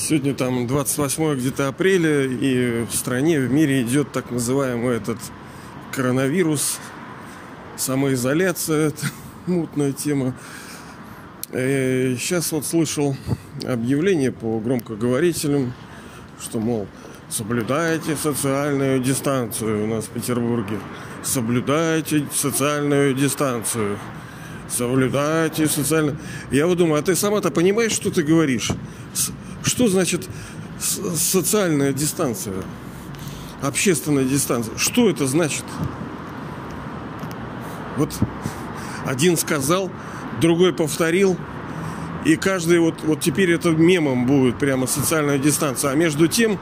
Сегодня там 28 где-то апреля, и в стране, в мире идет так называемый этот коронавирус, самоизоляция, это мутная тема. Сейчас вот слышал объявление по громкоговорителям, что, мол, соблюдайте социальную дистанцию у нас в Петербурге. Соблюдайте социальную дистанцию. Соблюдайте социальную... Я вот думаю, а ты сама-то понимаешь, что ты говоришь? Что значит социальная дистанция? Общественная дистанция? Что это значит? Вот один сказал, другой повторил, и каждый вот теперь это мемом будет, прямо социальная дистанция. А между тем,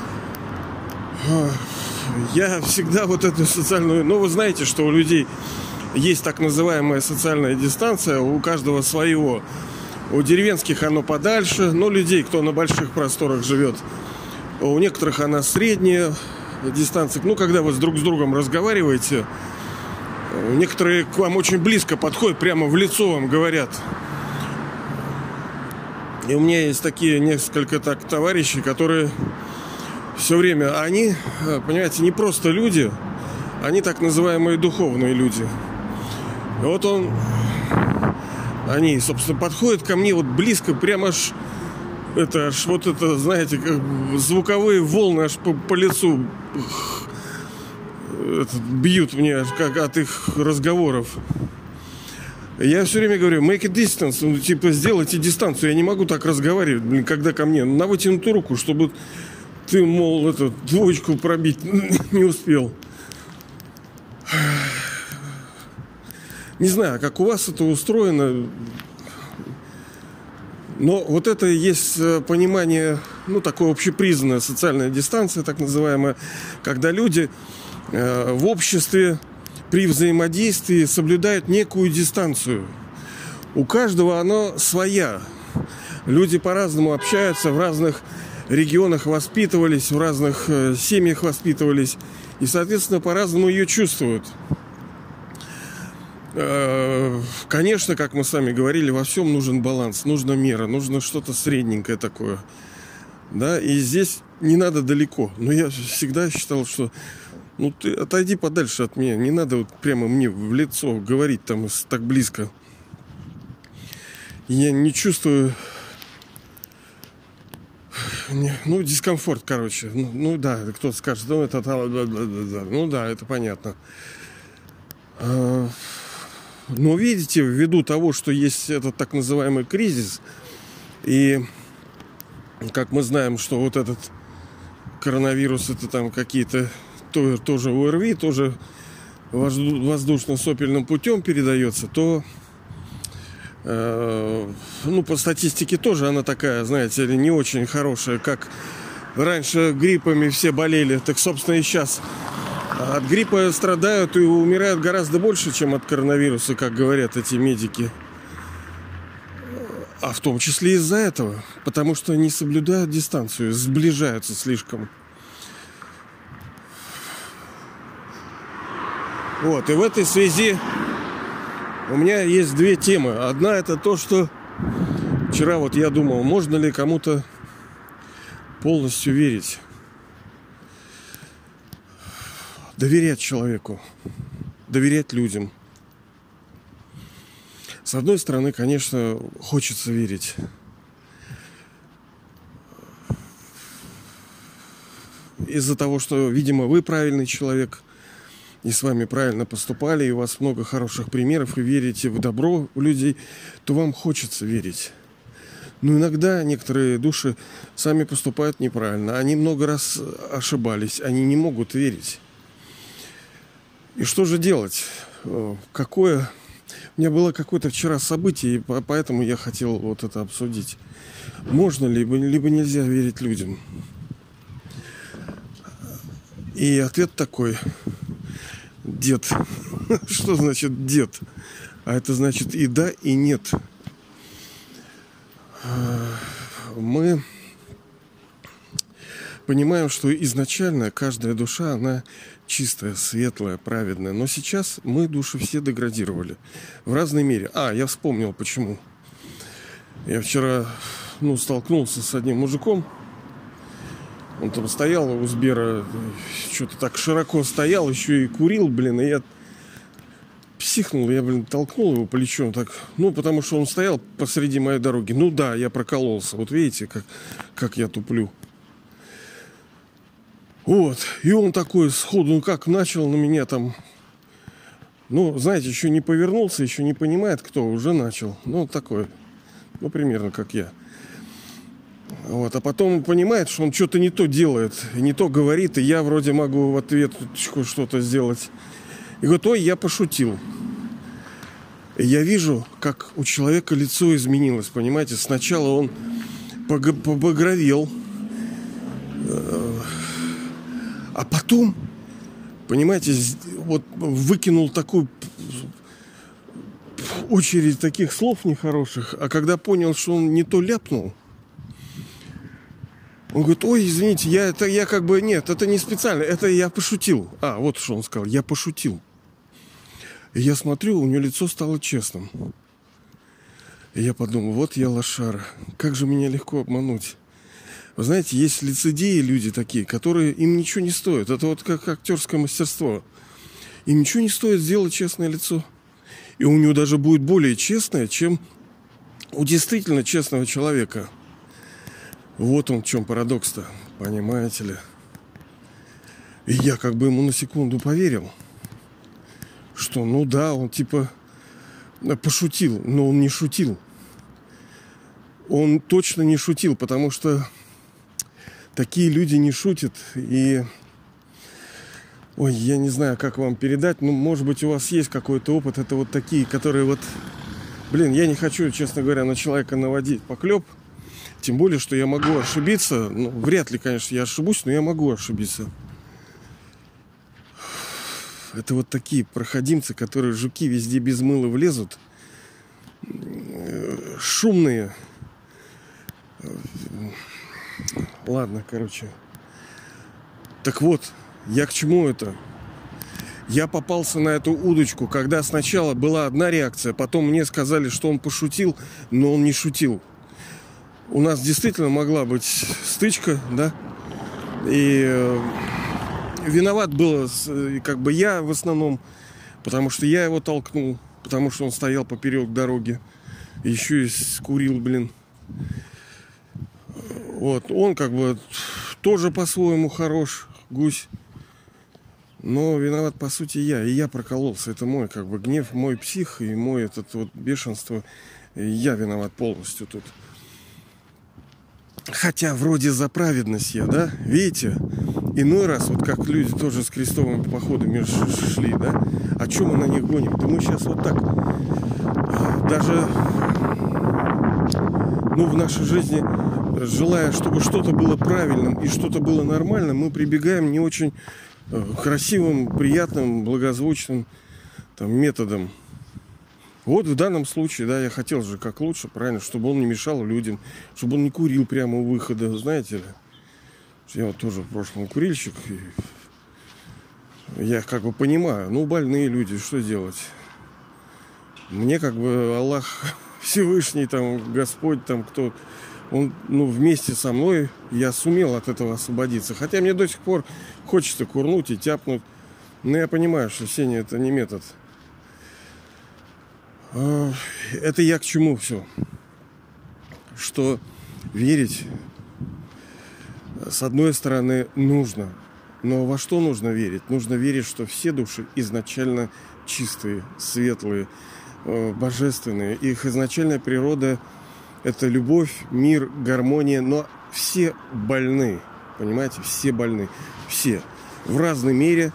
я всегда вот эту социальную... Ну, вы знаете, что у людей есть так называемая социальная дистанция, у каждого своего. У деревенских оно подальше, но людей, кто на больших просторах живет, у некоторых она средняя дистанция. Ну, когда вы друг с другом разговариваете, некоторые к вам очень близко подходят, прямо в лицо вам говорят. И у меня есть такие несколько товарищей, которые все время, они, понимаете, не просто люди, они так называемые духовные люди. И вот они, собственно, подходят ко мне вот близко, прямо аж вот это, знаете, как звуковые волны аж по лицу бьют мне как от их разговоров. Я все время говорю, make a distance, ну, типа, сделайте дистанцию. Я не могу так разговаривать, когда ко мне на вытянутую руку, чтобы ты, мол, двоечку пробить не успел. Не знаю, как у вас это устроено, но вот это и есть понимание, ну, такое общепризнанная социальная дистанция, так называемая, когда люди в обществе при взаимодействии соблюдают некую дистанцию. У каждого она своя. Люди по-разному общаются, в разных регионах воспитывались, в разных семьях воспитывались, и, соответственно, по-разному ее чувствуют. Конечно, как мы с вами говорили, во всем нужен баланс, нужна мера, нужно что-то средненькое такое. Да, и здесь не надо далеко. Но я всегда считал, что ну ты отойди подальше от меня. Не надо вот прямо мне в лицо говорить там так близко. Я не чувствую, ну, дискомфорт, короче. Ну да, кто-то скажет, ну это... Ну да, это понятно. Но видите, ввиду того, что есть этот так называемый кризис, и как мы знаем, что вот этот коронавирус, это там какие-то тоже ОРВИ, тоже воздушно-сопельным путем передается, то ну, по статистике тоже она такая, знаете ли, не очень хорошая, как раньше гриппами все болели, так, собственно, и сейчас от гриппа страдают и умирают гораздо больше, чем от коронавируса, как говорят эти медики. А в том числе из-за этого. Потому что не соблюдают дистанцию, сближаются слишком. Вот, и в этой связи у меня есть две темы. Одна — это то, что вчера вот я думал, можно ли кому-то полностью верить. Доверять человеку, доверять людям. С одной стороны, конечно, хочется верить. Из-за того, что, видимо, вы правильный человек, и с вами правильно поступали, и у вас много хороших примеров, и верите в добро у людей, то вам хочется верить. Но иногда некоторые души сами поступают неправильно. Они много раз ошибались, они не могут верить. И что же делать? Какое... У меня было какое-то вчера событие, и поэтому я хотел вот это обсудить. Можно либо нельзя верить людям? И ответ такой. Дед. Что значит дед? А это значит и да, и нет. Мы понимаем, что изначально каждая душа, она чистая, светлая, праведная. Но сейчас мы души все деградировали в разной мере. Я вспомнил почему. Я вчера столкнулся с одним мужиком. Он там стоял у Сбера, что-то так широко стоял, еще и курил, блин, и я психнул, я, толкнул его плечом так, потому что он стоял посреди моей дороги. Ну да, я прокололся, вот видите, как я туплю. Вот, и он такой сходу, как начал на меня там, знаете, еще не повернулся, еще не понимает, кто, уже начал. Такой, примерно как я. Вот, а потом он понимает, что он что-то не то делает, не то говорит, и я вроде могу в ответ что-то сделать. И говорит, ой, я пошутил. И я вижу, как у человека лицо изменилось, понимаете. Сначала он побагровел, а потом, понимаете, вот выкинул такую очередь таких слов нехороших, а когда понял, что он не то ляпнул, он говорит, ой, извините, нет, это не специально, это я пошутил. Вот что он сказал, я пошутил. И я смотрю, у него лицо стало честным. И я подумал, вот я лошара, как же меня легко обмануть. Вы знаете, есть лицедеи люди такие, которые им ничего не стоит. Это вот как актерское мастерство. Им ничего не стоит сделать честное лицо. И у него даже будет более честное, чем у действительно честного человека. Вот он в чем парадокс-то, понимаете ли. И я ему на секунду поверил, что он типа пошутил, но он не шутил. Он точно не шутил, потому что такие люди не шутят. И, я не знаю, как вам передать, может быть, у вас есть какой-то опыт. Это вот такие, которые я не хочу, честно говоря, на человека наводить поклеп. Тем более, что я могу ошибиться. Вряд ли, конечно, я ошибусь, но я могу ошибиться. Это вот такие проходимцы, которые жуки везде без мыла влезут. Шумные. Ладно, короче. Так вот, я к чему это? Я попался на эту удочку, когда сначала была одна реакция, потом мне сказали, что он пошутил, но он не шутил. У нас действительно могла быть стычка, да? И виноват был я в основном, потому что я его толкнул, потому что он стоял поперек дороги, еще и скурил, блин. Вот, он тоже по-своему хорош, гусь. Но виноват, по сути, я. И я прокололся. Это мой, гнев, мой псих и мой бешенство. И я виноват полностью тут. Хотя вроде за праведность я, да? Видите? Иной раз, как люди тоже с крестовыми походами шли, да? А что мы на них гоним? Да мы сейчас вот так. Даже, в нашей жизни, желая, чтобы что-то было правильным и что-то было нормальным, мы прибегаем не очень красивым, приятным, благозвучным методом. Вот в данном случае, да, я хотел же как лучше, правильно, чтобы он не мешал людям, чтобы он не курил прямо у выхода, знаете ли. Я тоже в прошлом курильщик. Я понимаю, больные люди, что делать? Мне Аллах Всевышний, Господь, кто, он, вместе со мной, я сумел от этого освободиться. Хотя мне до сих пор хочется курнуть и тяпнуть. Но я понимаю, что сеня это не метод. Это я к чему все? Что верить, с одной стороны, нужно. Но во что нужно верить? Нужно верить, что все души изначально чистые, светлые, божественные. Их изначальная природа – это любовь, мир, гармония. Но все больны, понимаете? Все больны. Все. В разной мере,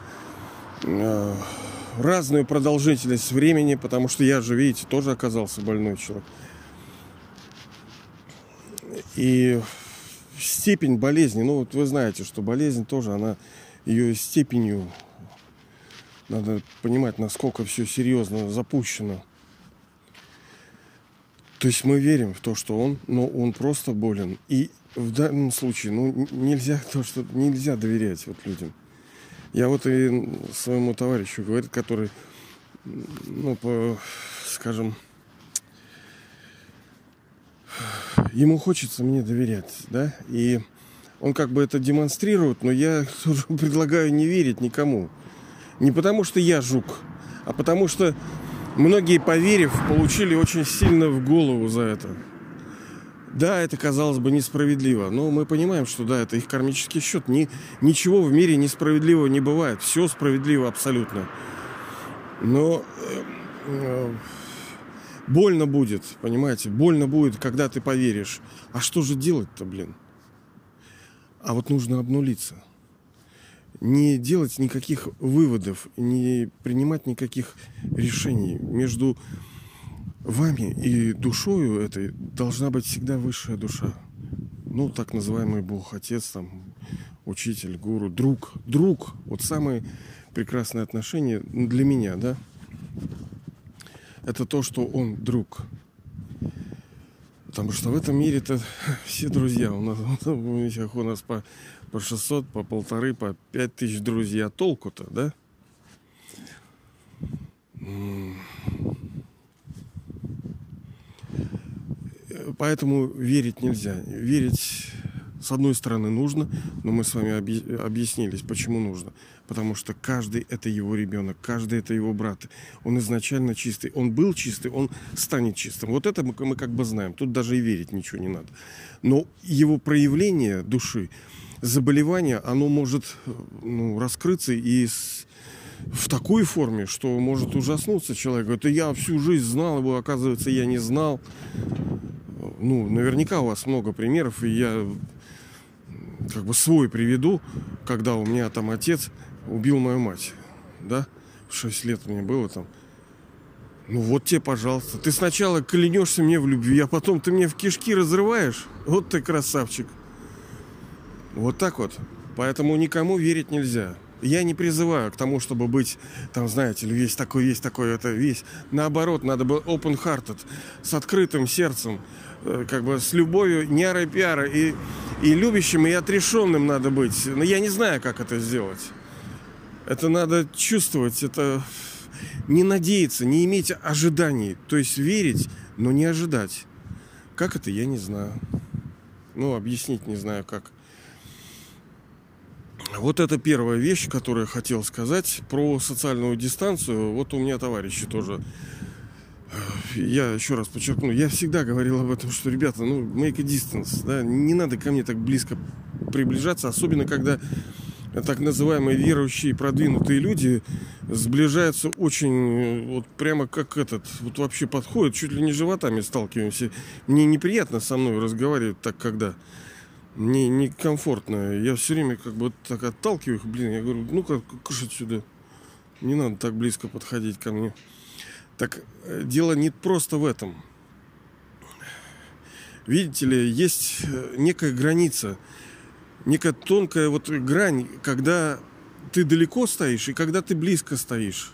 разную продолжительность времени, потому что я же, видите, тоже оказался больной человек. И степень болезни, вы знаете, что болезнь тоже, она ее степенью, надо понимать, насколько все серьезно запущено. То есть мы верим в то, что он просто болен. И в данном случае, нельзя доверять людям. Я и своему товарищу говорю, который, ему хочется мне доверять, да, и он как бы это демонстрирует, но я тоже предлагаю не верить никому. Не потому что я жук, а потому что многие, поверив, получили очень сильно в голову за это. Да, это, казалось бы, несправедливо, но мы понимаем, что да, это их кармический счет. Ничего в мире несправедливого не бывает. Все справедливо абсолютно. Но больно будет, понимаете? Больно будет, когда ты поверишь. А что же делать-то, блин? А вот нужно обнулиться. Не делать никаких выводов, не принимать никаких решений. Между вами и душою этой должна быть всегда высшая душа. Ну, так называемый Бог, Отец, там, учитель, гуру, друг. Друг. Вот самые прекрасные отношения для меня, да? Это то, что он друг. Потому что в этом мире-то все друзья. У нас по 600, по 1500, по 5000 друзей. А толку-то, да? Поэтому верить нельзя. Верить, с одной стороны, нужно, но мы с вами объяснились, почему нужно. Потому что каждый это его ребенок, каждый это его брат. Он изначально чистый. Он был чистый, он станет чистым. Вот это мы как бы знаем. Тут даже и верить ничего не надо. Но его проявление души, заболевание, оно может раскрыться и в такой форме, что может ужаснуться человек. Это я всю жизнь знал его, оказывается, я не знал. Наверняка у вас много примеров, и я как бы свой приведу, когда у меня там отец убил мою мать, да, 6 лет мне было там. Вот тебе, пожалуйста. Ты сначала клянешься мне в любви, а потом ты мне в кишки разрываешь. Вот ты красавчик. Вот так вот. Поэтому никому верить нельзя. Я не призываю к тому, чтобы быть, там, знаете, весь такой, это весь. Наоборот, надо быть open-hearted, с открытым сердцем, как бы с любовью, не ара-пиара, и любящим, и отрешенным надо быть. Но я не знаю, как это сделать. Это надо чувствовать, это не надеяться, не иметь ожиданий. То есть верить, но не ожидать. Как это, я не знаю. Объяснить не знаю как. Вот это первая вещь, которую я хотел сказать про социальную дистанцию. Вот у меня товарищи тоже. Я еще раз подчеркну, я всегда говорил об этом, что, ребята, make a distance, да, не надо ко мне так близко приближаться, особенно когда так называемые верующие продвинутые люди сближаются очень, вот прямо как вот вообще подходят, чуть ли не животами сталкиваемся. Мне неприятно со мной разговаривать так, когда мне некомфортно. Я все время как бы так отталкиваю их, я говорю, ну-ка, кушать сюда. Не надо так близко подходить ко мне. Так дело не просто в этом. Видите ли, есть некая граница, некая тонкая вот грань, когда ты далеко стоишь и когда ты близко стоишь.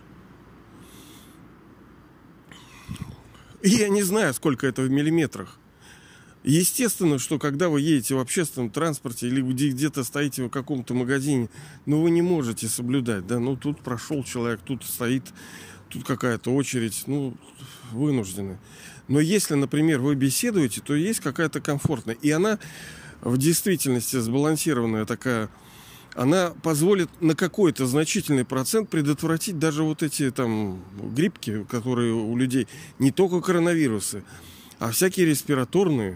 И я не знаю, сколько это в миллиметрах. Естественно, что когда вы едете в общественном транспорте или где-то стоите в каком-то магазине, вы не можете соблюдать, да, тут прошел человек, тут стоит, тут какая-то очередь, вынуждены. Но если, например, вы беседуете, то есть какая-то комфортная, и она в действительности сбалансированная такая, она позволит на какой-то значительный процент предотвратить даже вот эти там гриппки, которые у людей, не только коронавирусы, а всякие респираторные.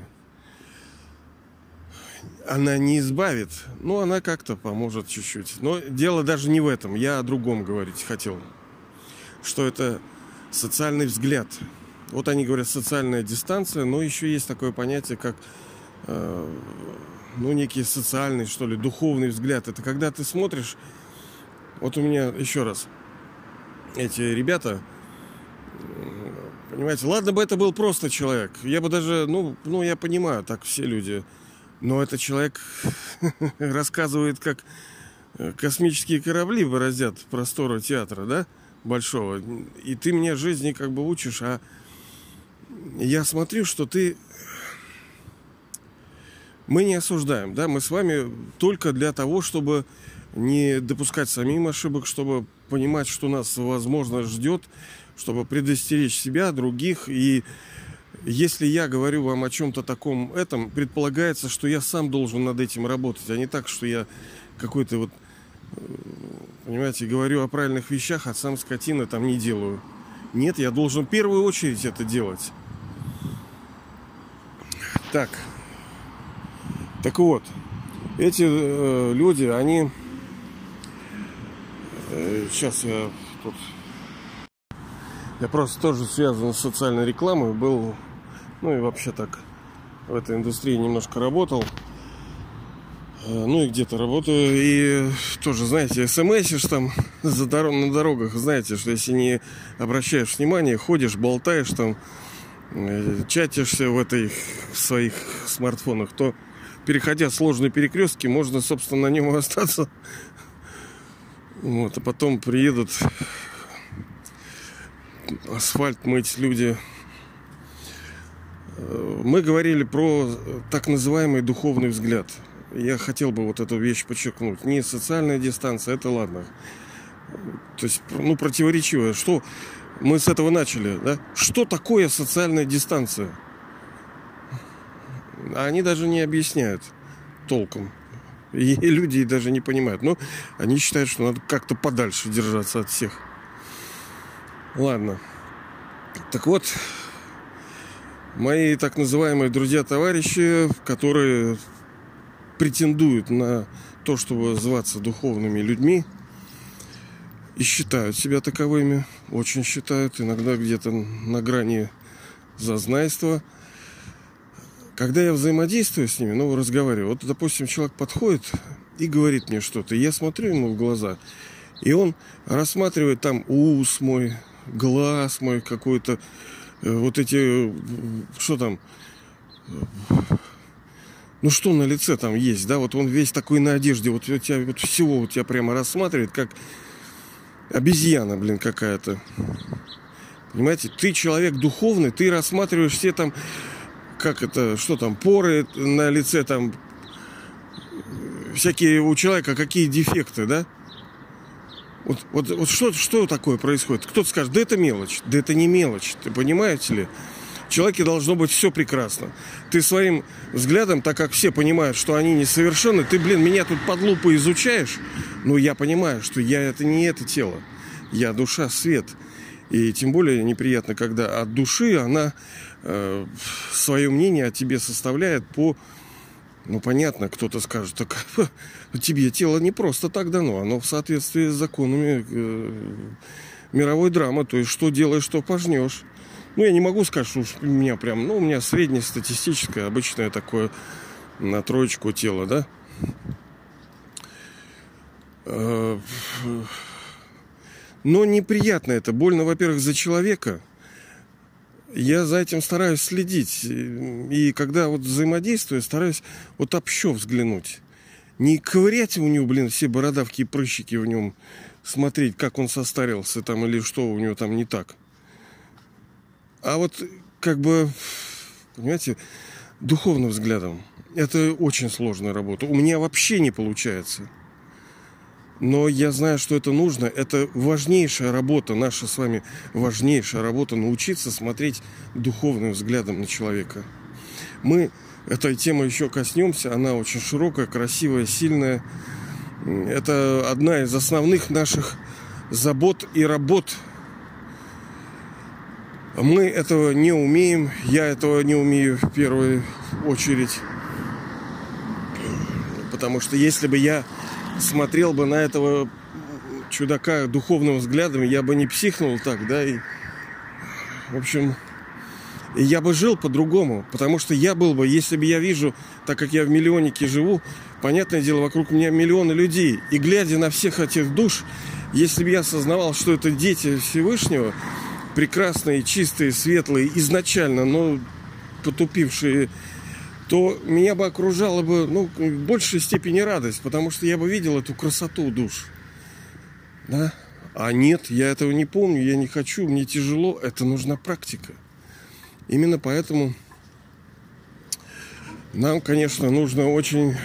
Она не избавит, она как-то поможет чуть-чуть. Но дело даже не в этом, я о другом говорить хотел. Что это социальный взгляд. Вот они говорят социальная дистанция, но еще есть такое понятие, как некий социальный, что ли, духовный взгляд. Это когда ты смотришь, вот у меня еще раз, эти ребята, понимаете, ладно бы это был просто человек, я бы даже, я понимаю, так все люди, но этот человек рассказывает, как космические корабли бороздят просторы театра, да, большого, и ты мне жизни как бы учишь, а я смотрю, что мы не осуждаем, да, мы с вами только для того, чтобы не допускать самим ошибок, чтобы понимать, что нас, возможно, ждет, чтобы предостеречь себя, других и если я говорю вам о чем-то таком, предполагается, что я сам должен над этим работать, а не так, что я какой-то вот, понимаете, говорю о правильных вещах, а сам скотина там не делаю. Нет, я должен в первую очередь это делать. Так вот, эти люди, они... сейчас я тут... Я просто тоже связан с социальной рекламой, был, ну и вообще так в этой индустрии немножко работал. Ну и где-то работаю. И тоже, знаете, смсишь там на дорогах, знаете, что если не обращаешь внимания, ходишь, болтаешь там, чатишься в своих смартфонах, то, переходя сложные перекрестки, можно, собственно, на нем остаться. Вот, а потом приедут асфальт мыть люди. Мы говорили про так называемый духовный взгляд. Я хотел бы вот эту вещь подчеркнуть. Не социальная дистанция, это ладно. То есть, ну, противоречивое. Что мы с этого начали, да? Что такое социальная дистанция? Они даже не объясняют толком. И люди даже не понимают. Но они считают, что надо как-то подальше держаться от всех. Ладно. Так вот, мои так называемые друзья-товарищи, которые претендуют на то, чтобы зваться духовными людьми, и считают себя таковыми, очень считают, иногда где-то на грани зазнайства. Когда я взаимодействую с ними, ну, разговариваю, вот, допустим, человек подходит и говорит мне что-то, я смотрю ему в глаза, и он рассматривает там ус мой, глаз мой какой-то, вот эти, что там, ну что на лице там есть, да, вот он весь такой на одежде, вот тебя вот всего вот тебя прямо рассматривает, как обезьяна, блин, какая-то. Понимаете, ты человек духовный, ты рассматриваешь все там, как это, что там, поры на лице, там, всякие у человека какие дефекты, да? Вот что такое происходит? Кто-то скажет, да это мелочь. Да это не мелочь, ты понимаете ли? В человеке должно быть все прекрасно. Ты своим взглядом, так как все понимают, что они несовершенны, ты, блин, меня тут под лупой изучаешь, но я понимаю, что я это не это тело. Я душа, свет. И тем более неприятно, когда от души она свое мнение о тебе составляет по... Ну, понятно, кто-то скажет, так тебе тело не просто так дано, оно в соответствии с законами мировой драмы, то есть что делаешь, что пожнешь. Ну, я не могу сказать, что уж у меня прям, ну, у меня среднестатистическое, обычное такое на троечку тело, да. Но неприятно это, больно, во-первых, за человека. Я за этим стараюсь следить. И когда вот взаимодействую, стараюсь вот общо взглянуть. Не ковырять у него, блин, все бородавки и прыщики в нем, смотреть, как он состарился там или что у него там не так. А вот как бы, понимаете, духовным взглядом. Это очень сложная работа. У меня вообще не получается. Но я знаю, что это нужно. Это важнейшая работа, наша с вами важнейшая работа, научиться смотреть духовным взглядом на человека. Мы этой темы еще коснемся. Она очень широкая, красивая, сильная. Это одна из основных наших забот и работ. Мы этого не умеем. Я этого не умею в первую очередь. Потому что если бы я смотрел бы на этого чудака духовным взглядом, я бы не психнул так, да, и, в общем, я бы жил по-другому, потому что я был бы, если бы я вижу, так как я в миллионнике живу, понятное дело, вокруг меня миллионы людей, и глядя на всех этих душ, если бы я осознавал, что это дети Всевышнего, прекрасные, чистые, светлые, изначально, но потупившие, то меня бы окружала бы, ну, в большей степени радость, потому что я бы видел эту красоту душ. Да? А нет, я этого не помню, я не хочу, мне тяжело, это нужна практика. Именно поэтому нам, конечно, нужно очень...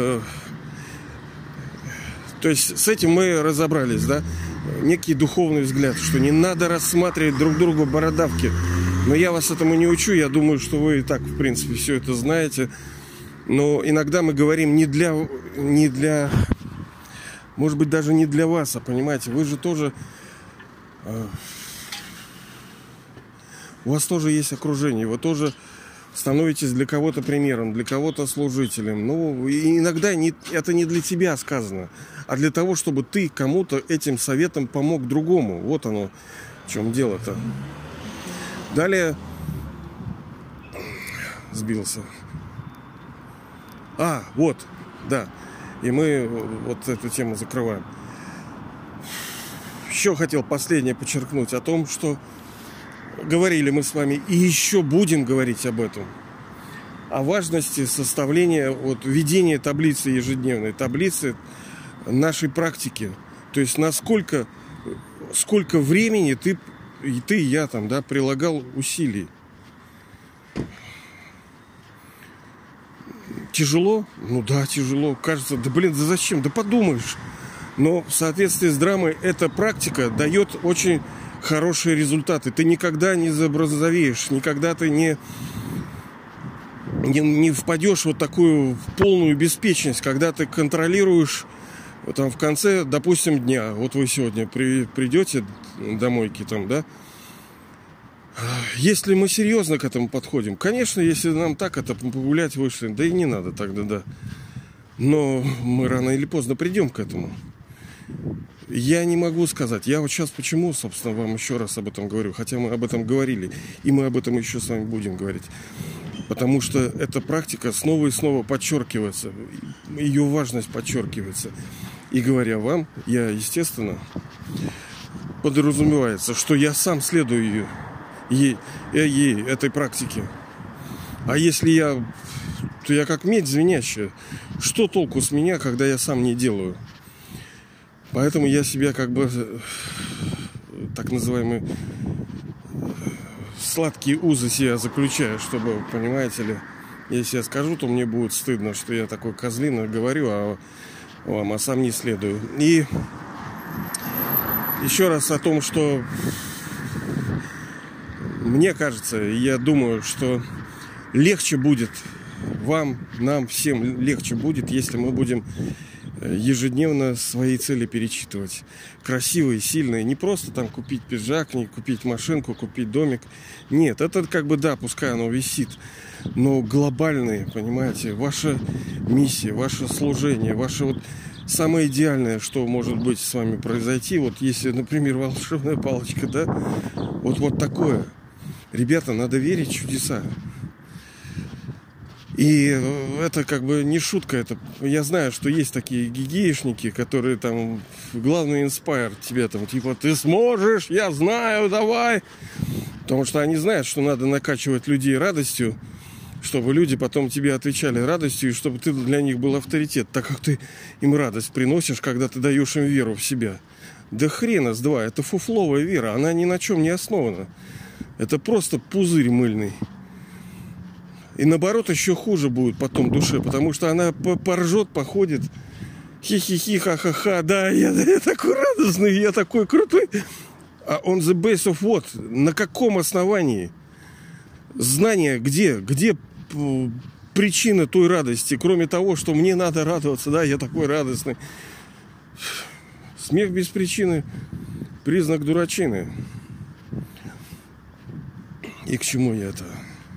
то есть с этим мы разобрались, да? Некий духовный взгляд, что не надо рассматривать друг другу бородавки. Но я вас этому не учу, я думаю, что вы и так, в принципе, все это знаете. Но иногда мы говорим не для, может быть, даже не для вас, а понимаете, вы же тоже, у вас тоже есть окружение, вы тоже становитесь для кого-то примером, для кого-то служителем. Ну, и иногда это не для тебя сказано, а для того, чтобы ты кому-то этим советом помог другому. Вот оно, в чем дело-то. Далее сбился. Вот, да. И мы вот эту тему закрываем. Еще хотел последнее подчеркнуть о том, что говорили мы с вами и еще будем говорить об этом. О важности составления, ведения таблицы, ежедневной таблицы нашей практики. То есть сколько времени ты и я там, да, прилагал усилий. Тяжело? Ну да, тяжело. Кажется, да зачем? Да подумаешь. Но в соответствии с драмой эта практика дает очень хорошие результаты. Ты никогда не забронзовеешь, никогда ты не впадешь в такую полную беспечность, когда ты контролируешь там в конце, допустим, дня. Вот вы сегодня придете домойки там, да? Если мы серьезно к этому подходим, конечно, если нам так это погулять вышли, да и не надо тогда, да. Но мы рано или поздно придем к этому. Я не могу сказать. Я вот сейчас почему, собственно, вам еще раз об этом говорю, хотя мы об этом говорили, и мы об этом еще с вами будем говорить. Потому что эта практика снова и снова подчеркивается, ее важность подчеркивается. И говоря вам, я, естественно, подразумевается, что я сам следую ей, этой практике. А если то я как медь звенящая. Что толку с меня, когда я сам не делаю? Поэтому я себя как бы так называемый сладкие узы себя заключаю, чтобы, понимаете ли, если я скажу, то мне будет стыдно, что я такой козлина говорю, а сам не следую. И еще раз о том, что мне кажется, я думаю, что легче будет вам, нам, всем легче будет, если мы будем ежедневно свои цели перечитывать. Красивые, сильные. Не просто там купить пиджак, не купить машинку, купить домик. Нет, это как бы да, пускай оно висит. Но глобальные, понимаете, ваша миссия, ваше служение, ваше самое идеальное, что может быть с вами произойти. Вот если, например, волшебная палочка, да, вот такое. Ребята, надо верить в чудеса. И это как бы не шутка. Это, я знаю, что есть такие гигеишники, которые там, главный инспайр тебя там, типа, ты сможешь, я знаю, давай. Потому что они знают, что надо накачивать людей радостью, чтобы люди потом тебе отвечали радостью, и чтобы ты для них был авторитет, так как ты им радость приносишь, когда ты даешь им веру в себя. Да хрена с два, это фуфловая вера, она ни на чем не основана. Это просто пузырь мыльный. И наоборот, еще хуже будет потом душе, потому что она поржет, походит. Хи-хи-хи, ха-ха-ха, да, я такой радостный, я такой крутой. А on the base of what? На каком основании? Знание где причина той радости, кроме того, что мне надо радоваться, да, я такой радостный. Смех без причины – признак дурачины. И к чему я это?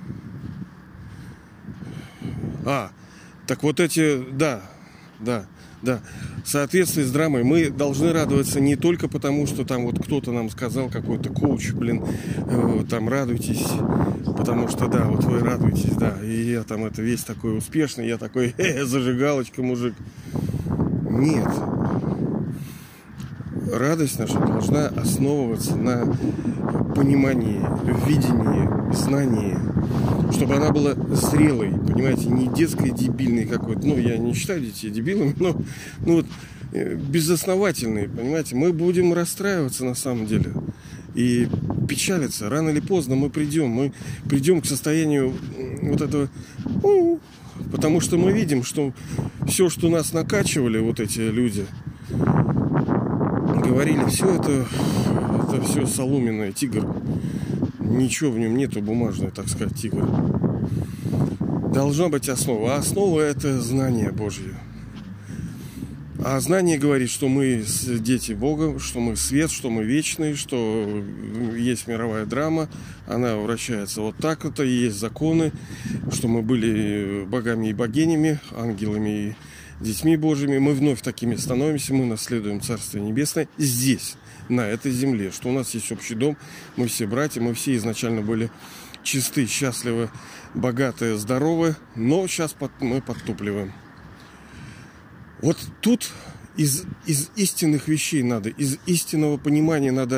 Так вот эти, да. В соответствии с драмой мы должны радоваться не только потому, что там вот кто-то нам сказал, какой-то коуч, там радуйтесь, потому что, да, вот вы радуетесь, да, и я там это весь такой успешный, я такой зажигалочка, мужик. Нет. Радость наша должна основываться на понимании, видении, знании, чтобы она была зрелой, понимаете, не детской, дебильной какой-то. Ну, я не считаю детей дебилами, но безосновательной, понимаете. Мы будем расстраиваться на самом деле и печалиться. Рано или поздно мы придем к состоянию вот этого, потому что мы видим, что все, что нас накачивали вот эти люди, говорили, все это все соломенное, тигр. ничего в нем нету бумажного, так сказать, тигра. Должна быть основа. А основа — это знание Божье. А знание говорит, что мы дети Бога, что мы свет, что мы вечные, что есть мировая драма, она вращается вот так вот, и есть законы, что мы были богами и богинями, ангелами и детьми Божьими. Мы вновь такими становимся, мы наследуем Царствие Небесное здесь, на этой земле, что у нас есть общий дом, мы все братья, мы все изначально были чисты, счастливы, богатые, здоровы, но сейчас мы подтупливаем. Вот тут из истинных вещей надо, из истинного понимания надо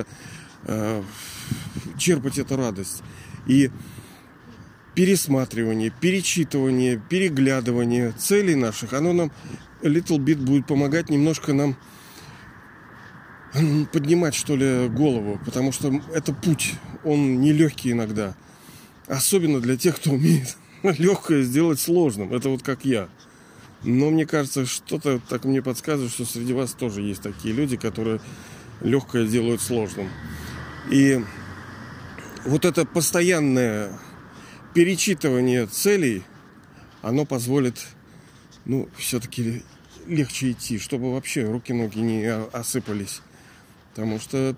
черпать эту радость. И пересматривание, перечитывание, переглядывание целей наших, оно нам little bit будет помогать немножко нам поднимать, что ли, голову. Потому что это путь, он нелегкий иногда. Особенно для тех, кто умеет легкое сделать сложным. Это вот как я. Но мне кажется, что-то так мне подсказывает, что среди вас тоже есть такие люди, которые легкое делают сложным. И вот это постоянное перечитывание целей, оно позволит, все-таки легче идти, чтобы вообще руки-ноги не осыпались. Потому что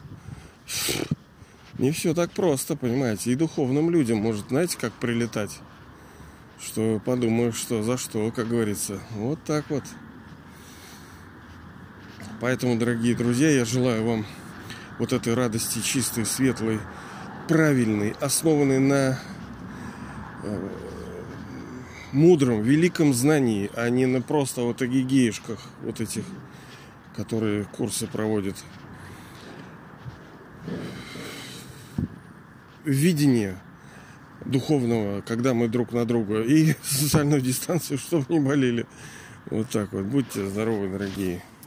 не все так просто, понимаете. И духовным людям может, знаете, как прилетать. Что подумаешь, что за что, как говорится. Вот так вот. Поэтому, дорогие друзья, я желаю вам вот этой радости чистой, светлой, правильной, основанной на мудром, великом знании, а не на просто вот эгегеишках вот этих, которые курсы проводят. Видение духовного, когда мы друг на друга, и социальную дистанцию, чтобы не болели. Вот так вот. Будьте здоровы, дорогие.